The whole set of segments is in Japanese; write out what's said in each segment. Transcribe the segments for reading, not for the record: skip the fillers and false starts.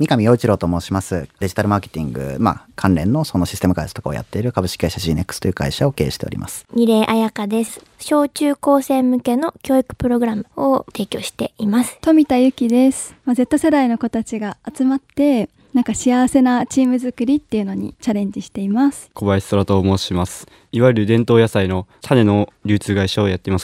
三上陽一郎と申します。デジタルマーケティング、関連のそのシステム開発とかをやっている株式会社 GNEX という会社を経営しております。 二礼彩香です。小中高生向けの教育プログラムを提供しています。 富田由紀です。Z 世代の子たちが集まって幸せなチーム作りっていうのにチャレンジしています。 小林空と申します。いわゆる伝統野菜の種の流通会社をやっています。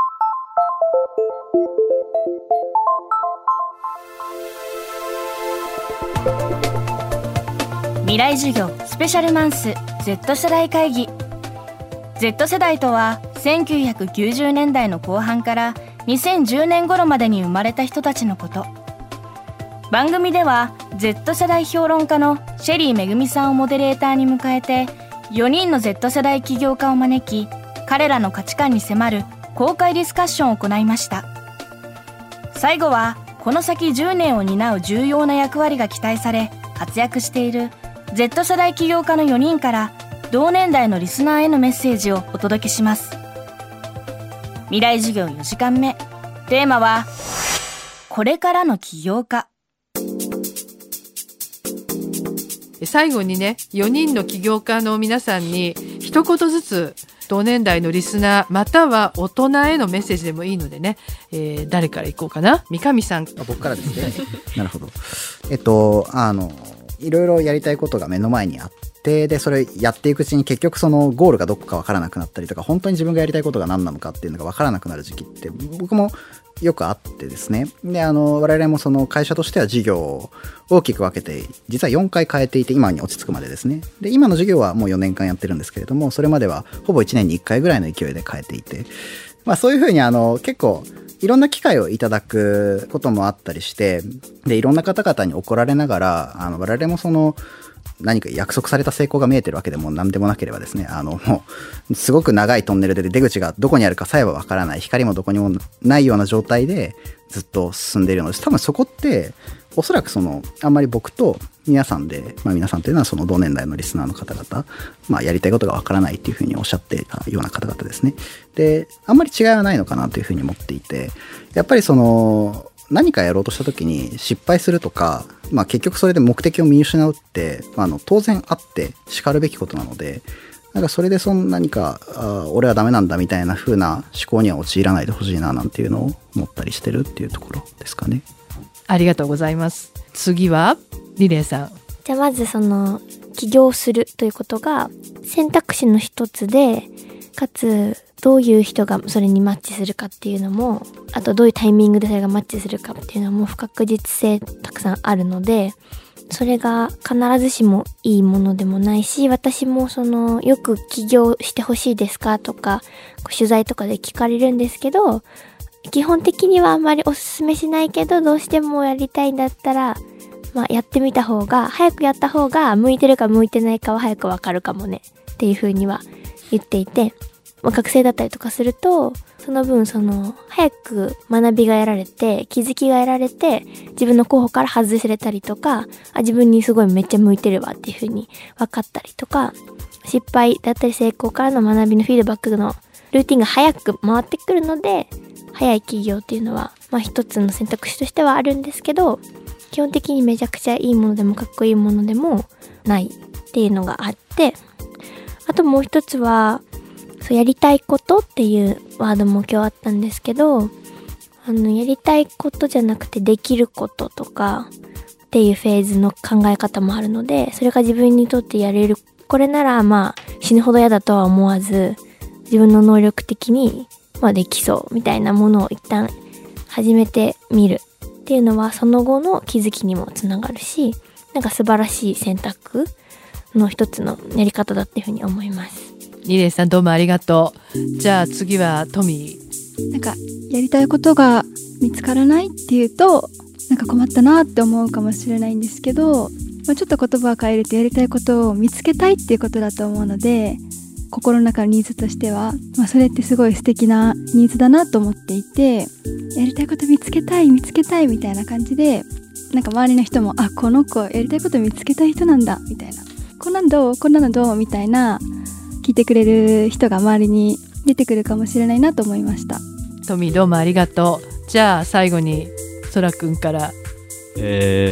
未来授業スペシャルマンス Z 世代会議。 Z 世代とは1990年代の後半から2010年頃までに生まれた人たちのこと。番組では Z 世代評論家のシェリーめぐみさんをモデレーターに迎えて、4人の Z 世代起業家を招き、彼らの価値観に迫る公開ディスカッションを行いました。最後はこの先10年を担う重要な役割が期待され活躍している Z 世代起業家の4人から同年代のリスナーへのメッセージをお届けします。未来授業4時間目、テーマはこれからの起業家。 最後にね、4人の起業家の皆さんに一言ずつ同年代のリスナーまたは大人へのメッセージでもいいのでね、誰からいこうかな。三上さん。 僕からですね。なるほど。いろいろやりたいことが目の前にあって、でそれやっていくうちに結局そのゴールがどこか分からなくなったりとか、本当に自分がやりたいことが何なのかっていうのが分からなくなる時期って僕もよくあってですね。で我々もその会社としては事業を大きく分けて実は4回変えていて、今に落ち着くまでですね。で今の事業はもう4年間やってるんですけれども、それまではほぼ1年に1回ぐらいの勢いで変えていて、そういうふうに結構いろんな機会をいただくこともあったりして、でいろんな方々に怒られながら我々もその何か約束された成功が見えてるわけでも何でもなければですね、もうすごく長いトンネルで出口がどこにあるかさえはわからない、光もどこにもないような状態でずっと進んでいるのです。多分そこっておそらくあんまり僕と皆さんで、皆さんというのはその同年代のリスナーの方々、やりたいことがわからないっていうふうにおっしゃっていたような方々ですね。であんまり違いはないのかなというふうに思っていて、やっぱり何かやろうとした時に失敗するとか、結局それで目的を見失うって当然あってしかるべきことなので、それで何か俺はダメなんだみたいな風な思考には陥らないでほしいななんていうのを思ったりしてるっていうところですかね。 ありがとうございます。次はリレーさん。 じゃあまず起業するということが選択肢の一つで、かつどういう人がそれにマッチするかっていうのも、あとどういうタイミングでそれがマッチするかっていうのも不確実性たくさんあるので、それが必ずしもいいものでもないし、私もよく起業してほしいですかとか取材とかで聞かれるんですけど、基本的にはあんまりおすすめしないけど、どうしてもやりたいんだったらやってみた方が、早くやった方が向いてるか向いてないかは早くわかるかもねっていう風には言っていて、学生だったりとかするとその分早く学びが得られて気づきが得られて、自分の候補から外せれたりとか、自分にすごいめっちゃ向いてるわっていう風に分かったりとか、失敗だったり成功からの学びのフィードバックのルーティンが早く回ってくるので、早い起業っていうのは一つの選択肢としてはあるんですけど、基本的にめちゃくちゃいいものでもかっこいいものでもないっていうのがあって、あともう一つはやりたいことっていうワードも今日あったんですけど、やりたいことじゃなくてできることとかっていうフェーズの考え方もあるので、それが自分にとってやれる、これなら死ぬほど嫌だとは思わず自分の能力的にできそうみたいなものを一旦始めてみるっていうのは、その後の気づきにもつながるし、素晴らしい選択の一つのやり方だっていうふうに思います。 リレーさん、どうもありがとう。じゃあ次はトミー。 やりたいことが見つからないっていうと困ったなって思うかもしれないんですけど、ちょっと言葉を変えるとやりたいことを見つけたいっていうことだと思うので、心の中のニーズとしては、それってすごい素敵なニーズだなと思っていて、やりたいこと見つけたいみたいな感じで、周りの人もこの子やりたいこと見つけたい人なんだみたいな、こんなのどうみたいな聞いてくれる人が周りに出てくるかもしれないなと思いました。 トミー、どうもありがとう。じゃあ最後にそらくんから。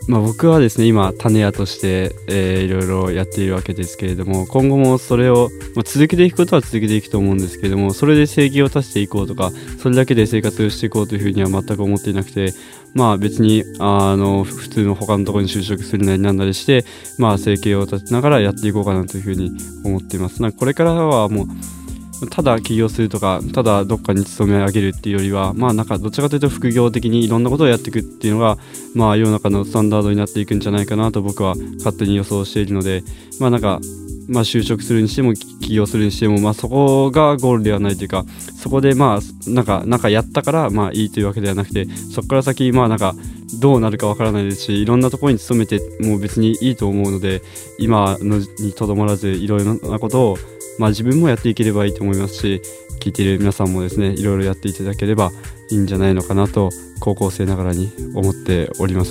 僕はですね今種屋として、いろいろやっているわけですけれども、今後もそれを、続けていくことは続けていくと思うんですけれども、それで生計を立てていこうとかそれだけで生活をしていこうというふうには全く思っていなくて、別に普通の他のところに就職するなりなんなりして、生計を立てながらやっていこうかなというふうに思っています。これからはもうただ起業するとかただどっかに勤め上げるっていうよりは、どっちかというと副業的にいろんなことをやっていくっていうのが、世の中のスタンダードになっていくんじゃないかなと僕は勝手に予想しているので、就職するにしても起業するにしても、そこがゴールではないというか、そこでなんかやったからいいというわけではなくて、そこから先どうなるかわからないですし、いろんなところに勤めても別にいいと思うので、今のにとどまらずいろいろなことを自分もやっていければいいと思いますし、聞いている皆さんもですねいろいろやっていただければいいんじゃないのかなと高校生ながらに思っております。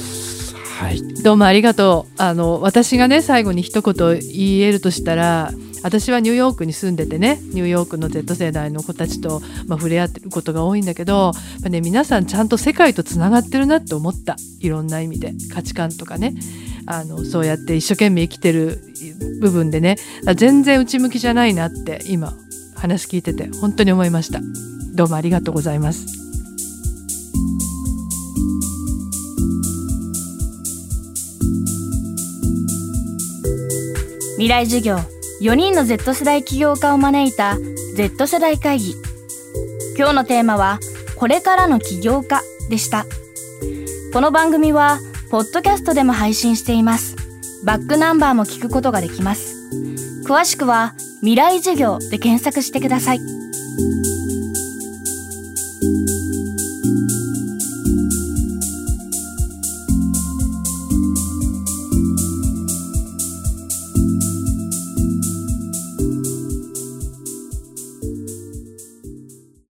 はい、 どうもありがとう。私がね最後に一言言えるとしたら、私はニューヨークに住んでてね、ニューヨークの Z 世代の子たちと、触れ合ってることが多いんだけど、皆さんちゃんと世界とつながってるなって思った。いろんな意味で価値観とかね、そうやって一生懸命生きてる部分でね、全然内向きじゃないなって今話聞いてて本当に思いました。どうもありがとうございます。 未来授業、4人の Z 世代起業家を招いた Z 世代会議。今日のテーマはこれからの起業家でした。この番組はポッドキャストでも配信しています。バックナンバーも聞くことができます。詳しくは未来授業で検索してください。